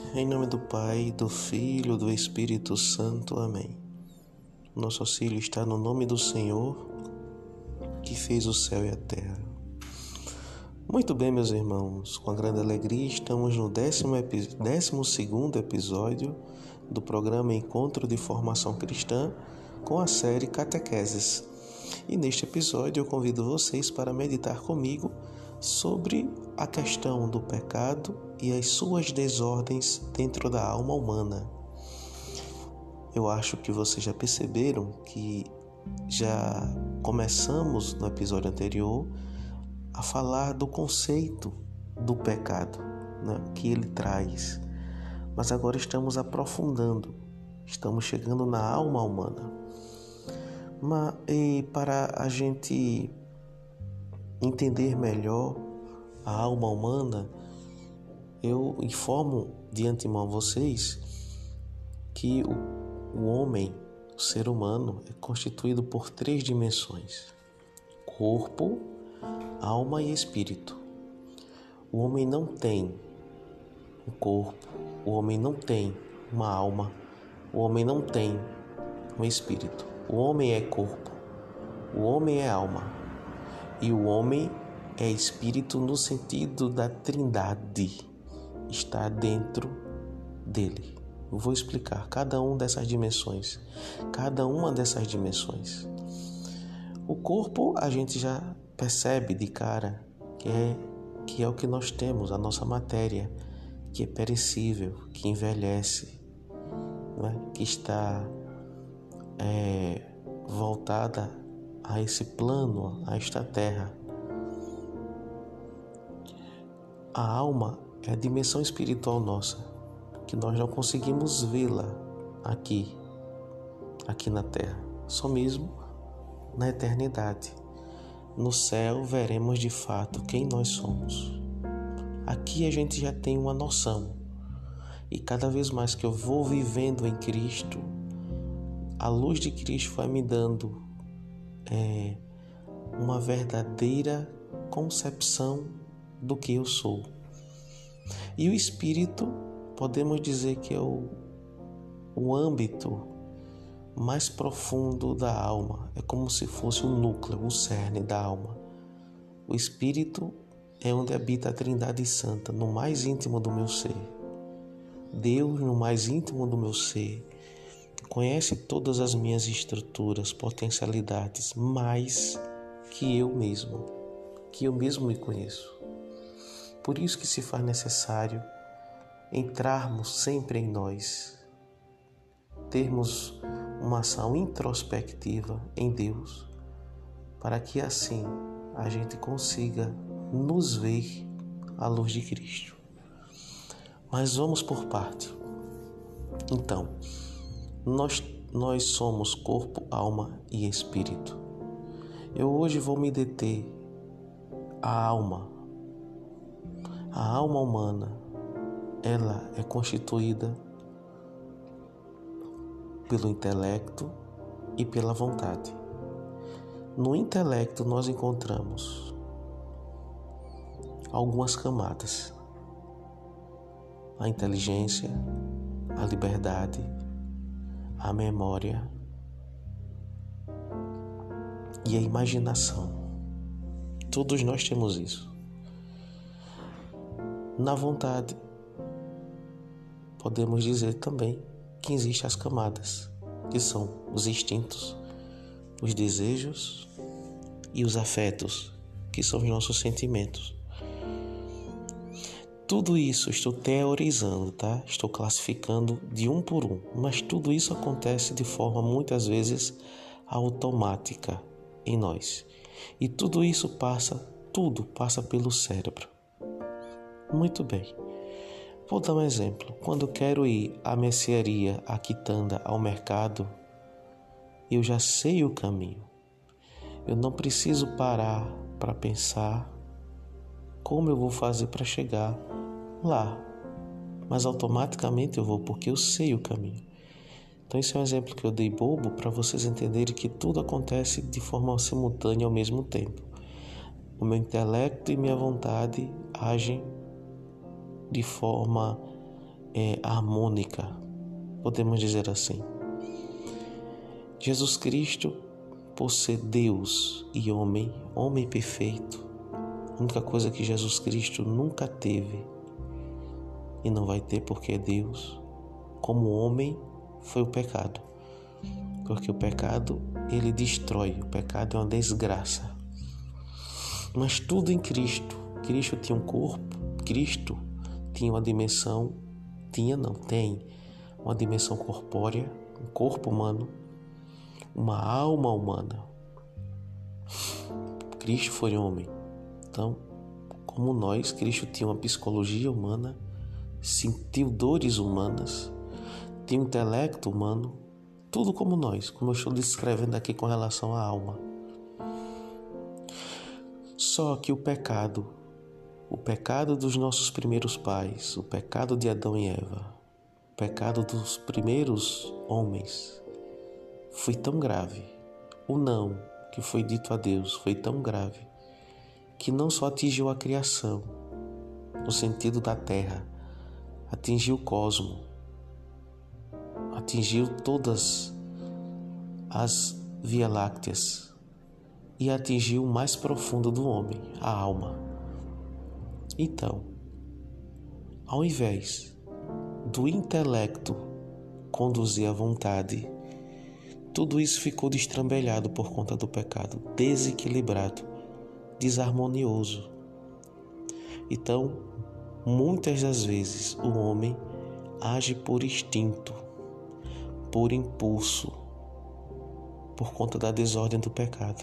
Em nome do Pai, do Filho, do Espírito Santo. Amém. Nosso auxílio está no nome do Senhor, que fez o céu e a terra. Muito bem, meus irmãos, com a grande alegria estamos no 12º episódio do programa Encontro de Formação Cristã com a série Catequeses. E neste episódio eu convido vocês para meditar comigo sobre a questão do pecado e as suas desordens dentro da alma humana. Eu acho que vocês já perceberam que já começamos no episódio anterior a falar do conceito do pecado, né, que ele traz. Mas agora estamos aprofundando, estamos chegando na alma humana. E para a gente entender melhor a alma humana, eu informo de antemão a vocês que o homem, o ser humano, é constituído por 3 dimensões: corpo, alma e espírito. O homem não tem um corpo, o homem não tem uma alma, o homem não tem um espírito. O homem é corpo, o homem é alma e o homem é espírito no sentido da trindade, está dentro dele. Eu vou explicar cada uma dessas dimensões. O corpo a gente já percebe de cara que é o que nós temos, a nossa matéria, que é perecível, que envelhece, né? Que está voltada a esse plano, a esta terra. A alma é a dimensão espiritual nossa, que nós não conseguimos vê-la aqui na terra, só mesmo na eternidade. No céu veremos de fato quem nós somos. Aqui a gente já tem uma noção, e cada vez mais que eu vou vivendo em Cristo, a luz de Cristo vai me dando uma verdadeira concepção do que eu sou. E o espírito, podemos dizer que é o âmbito mais profundo da alma, é como se fosse o núcleo, o cerne da alma. O espírito é onde habita a Trindade Santa, no mais íntimo do meu ser. Deus, no mais íntimo do meu ser, conhece todas as minhas estruturas, potencialidades, mais que eu mesmo me conheço. Por isso que se faz necessário entrarmos sempre em nós, termos uma ação introspectiva em Deus, para que assim a gente consiga nos ver à luz de Cristo. Mas vamos por parte. Então, nós somos corpo, alma e espírito. Eu hoje vou me deter à alma. A alma humana, ela é constituída pelo intelecto e pela vontade. No intelecto nós encontramos algumas camadas: a inteligência, a liberdade, a memória e a imaginação. Todos nós temos isso. Na vontade, podemos dizer também que existem as camadas, que são os instintos, os desejos e os afetos, que são os nossos sentimentos. Tudo isso estou teorizando, tá? Estou classificando de um por um, mas tudo isso acontece de forma muitas vezes automática em nós. E tudo isso passa pelo cérebro. Muito bem. Vou dar um exemplo. Quando quero ir à mercearia, à quitanda, ao mercado, eu já sei o caminho. Eu não preciso parar para pensar como eu vou fazer para chegar lá. Mas automaticamente eu vou, porque eu sei o caminho. Então esse é um exemplo que eu dei bobo para vocês entenderem que tudo acontece de forma simultânea ao mesmo tempo. O meu intelecto e minha vontade agem de forma harmônica, podemos dizer assim. Jesus Cristo, por ser Deus e homem perfeito, a única coisa que Jesus Cristo nunca teve e não vai ter porque é Deus, como homem, foi o pecado. Porque o pecado, ele destrói, o pecado é uma desgraça. Mas tudo em Cristo. Cristo tinha um corpo, Cristo tinha uma dimensão, tem uma dimensão corpórea, um corpo humano, uma alma humana. Cristo foi homem. Então, como nós, Cristo tinha uma psicologia humana, sentiu dores humanas, tinha um intelecto humano, tudo como nós, como eu estou descrevendo aqui com relação à alma. Só que o pecado dos nossos primeiros pais, o pecado de Adão e Eva, o pecado dos primeiros homens, foi tão grave. O não que foi dito a Deus foi tão grave que não só atingiu a criação, no sentido da terra, atingiu o cosmo, atingiu todas as Via Lácteas e atingiu o mais profundo do homem, a alma. Então, ao invés do intelecto conduzir a vontade, tudo isso ficou destrambelhado por conta do pecado, desequilibrado, desarmonioso. Então, muitas das vezes o homem age por instinto, por impulso, por conta da desordem do pecado.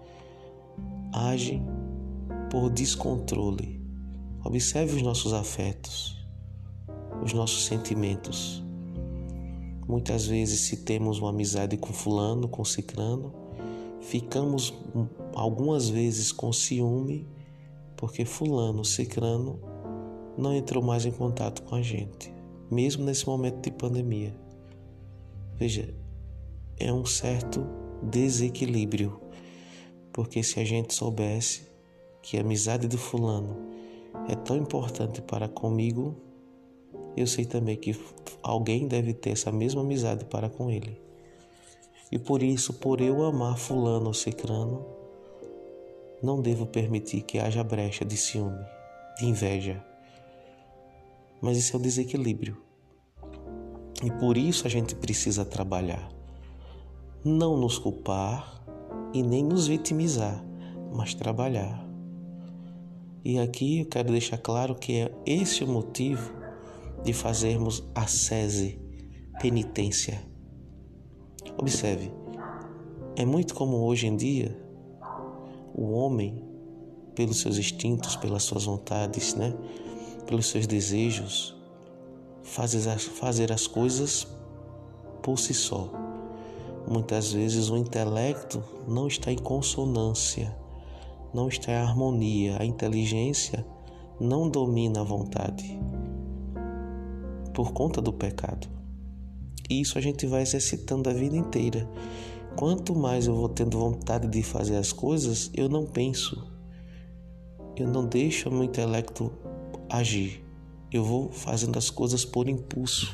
Age por descontrole. Observe os nossos afetos, os nossos sentimentos. Muitas vezes, se temos uma amizade com fulano, com cicrano, ficamos algumas vezes com ciúme porque fulano, cicrano não entrou mais em contato com a gente, mesmo nesse momento de pandemia. Veja, é um certo desequilíbrio, porque se a gente soubesse que a amizade do fulano é tão importante para comigo, eu sei também que alguém deve ter essa mesma amizade para com ele. E por isso, por eu amar fulano ou cicrano, não devo permitir que haja brecha de ciúme, de inveja. Mas isso é o desequilíbrio. E por isso a gente precisa trabalhar. Não nos culpar e nem nos vitimizar, mas trabalhar. E aqui eu quero deixar claro que é esse o motivo de fazermos ascese, penitência. Observe, é muito comum hoje em dia o homem, pelos seus instintos, pelas suas vontades, pelos seus desejos, fazer as coisas por si só. Muitas vezes o intelecto não está em consonância, não está em harmonia, a inteligência não domina a vontade por conta do pecado. E isso a gente vai exercitando a vida inteira. Quanto mais eu vou tendo vontade de fazer as coisas, eu não penso, eu não deixo o meu intelecto agir, eu vou fazendo as coisas por impulso.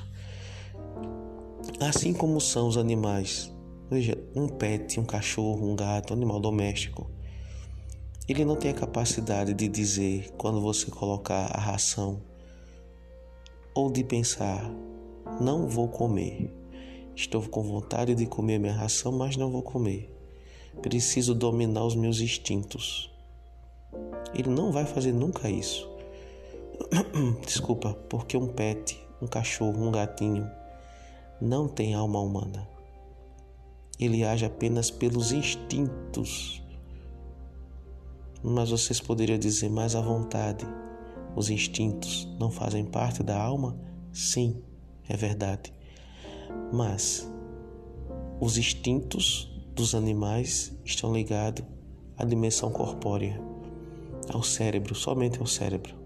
Assim como são os animais. Veja, um pet, um cachorro, um gato, um animal doméstico, ele não tem a capacidade de dizer quando você colocar a ração, ou de pensar, não vou comer. Estou com vontade de comer minha ração, mas não vou comer. Preciso dominar os meus instintos. Ele não vai fazer nunca isso. Desculpa, porque um pet, um cachorro, um gatinho, não tem alma humana. Ele age apenas pelos instintos. Mas vocês poderiam dizer, mas a vontade, os instintos não fazem parte da alma? Sim, é verdade. Mas os instintos dos animais estão ligados à dimensão corpórea, ao cérebro, somente ao cérebro.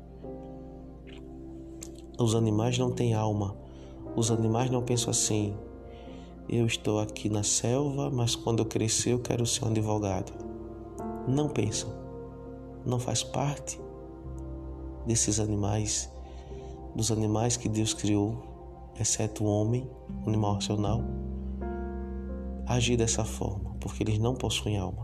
Os animais não têm alma. Os animais não pensam assim, eu estou aqui na selva, mas quando eu crescer eu quero ser um advogado. Não pensam. Não faz parte desses animais dos animais que Deus criou, exceto o homem, o animal racional, agir dessa forma, porque eles não possuem alma.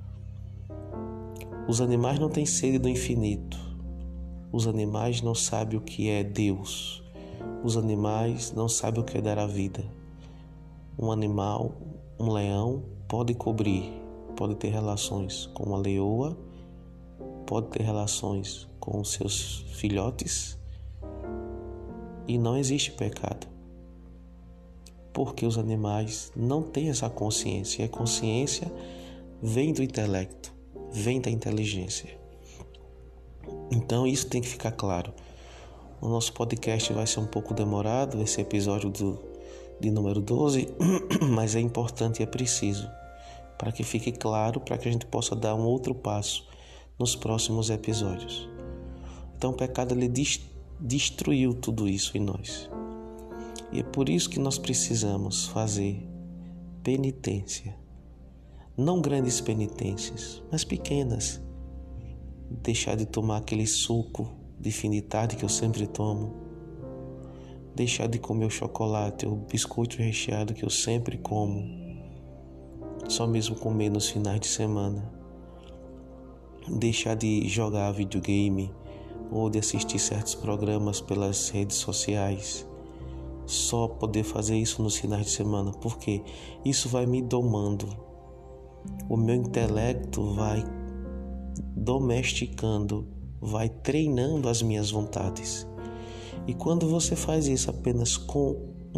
Os animais não têm sede do infinito. Os animais não sabem o que é Deus. Os animais não sabem o que é dar a vida. Um animal, um leão, pode cobrir, pode ter relações com uma leoa, pode ter relações com os seus filhotes e não existe pecado. Porque os animais não têm essa consciência. E a consciência vem do intelecto, vem da inteligência. Então isso tem que ficar claro. O nosso podcast vai ser um pouco demorado, esse episódio de número 12, mas é importante e é preciso, para que fique claro, para que a gente possa dar um outro passo nos próximos episódios. Então o pecado ele destruiu tudo isso em nós. E é por isso que nós precisamos fazer penitência. Não grandes penitências, mas pequenas. Deixar de tomar aquele suco de fim de tarde que eu sempre tomo. Deixar de comer o chocolate ou o biscoito recheado que eu sempre como. Só mesmo comer nos finais de semana. Deixar de jogar videogame ou de assistir certos programas pelas redes sociais. Só poder fazer isso nos finais de semana, porque isso vai me domando. O meu intelecto vai domesticando, vai treinando as minhas vontades. E quando você faz isso apenas com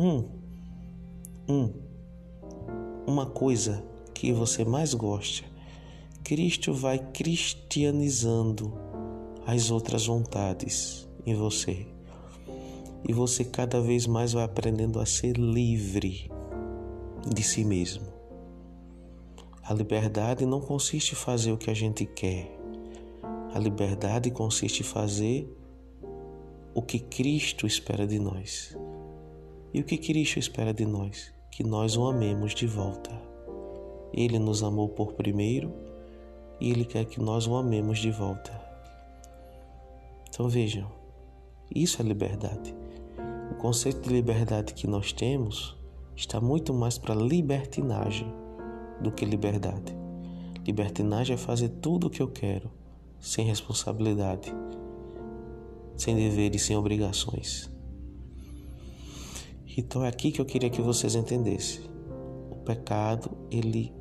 uma coisa que você mais gosta, Cristo vai cristianizando as outras vontades em você. E você cada vez mais vai aprendendo a ser livre de si mesmo. A liberdade não consiste em fazer o que a gente quer. A liberdade consiste em fazer o que Cristo espera de nós. E o que Cristo espera de nós? Que nós o amemos de volta. Ele nos amou por primeiro e Ele quer que nós o amemos de volta. Então vejam, isso é liberdade. O conceito de liberdade que nós temos está muito mais para libertinagem do que liberdade. Libertinagem é fazer tudo o que eu quero, sem responsabilidade, sem deveres, sem obrigações. Então é aqui que eu queria que vocês entendessem. O pecado, ele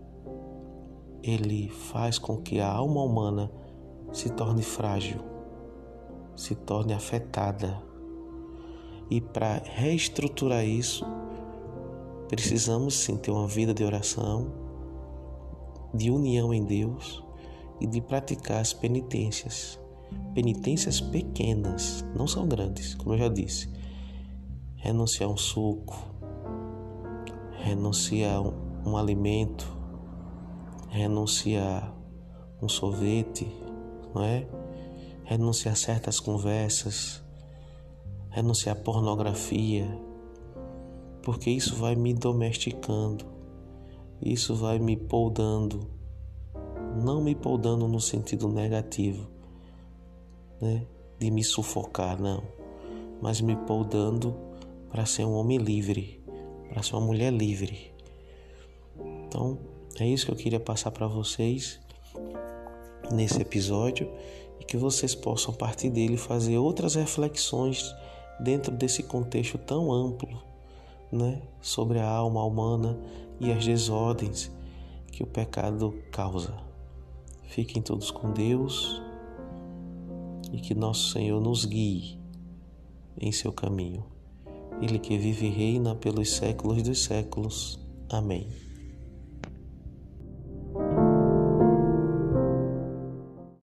faz com que a alma humana se torne frágil, se torne afetada. E para reestruturar isso, precisamos sim ter uma vida de oração, de união em Deus e de praticar as penitências. Penitências pequenas, não são grandes, como eu já disse. Renunciar a um suco, renunciar a um alimento, renunciar a um sorvete, não é? Renunciar a certas conversas, renunciar à pornografia, porque isso vai me domesticando, isso vai me poldando, não me poldando no sentido negativo, né? De me sufocar, não, mas me poldando para ser um homem livre, para ser uma mulher livre. Então, é isso que eu queria passar para vocês nesse episódio e que vocês possam, a partir dele, fazer outras reflexões dentro desse contexto tão amplo, né? Sobre a alma humana e as desordens que o pecado causa. Fiquem todos com Deus e que nosso Senhor nos guie em seu caminho. Ele que vive e reina pelos séculos dos séculos. Amém.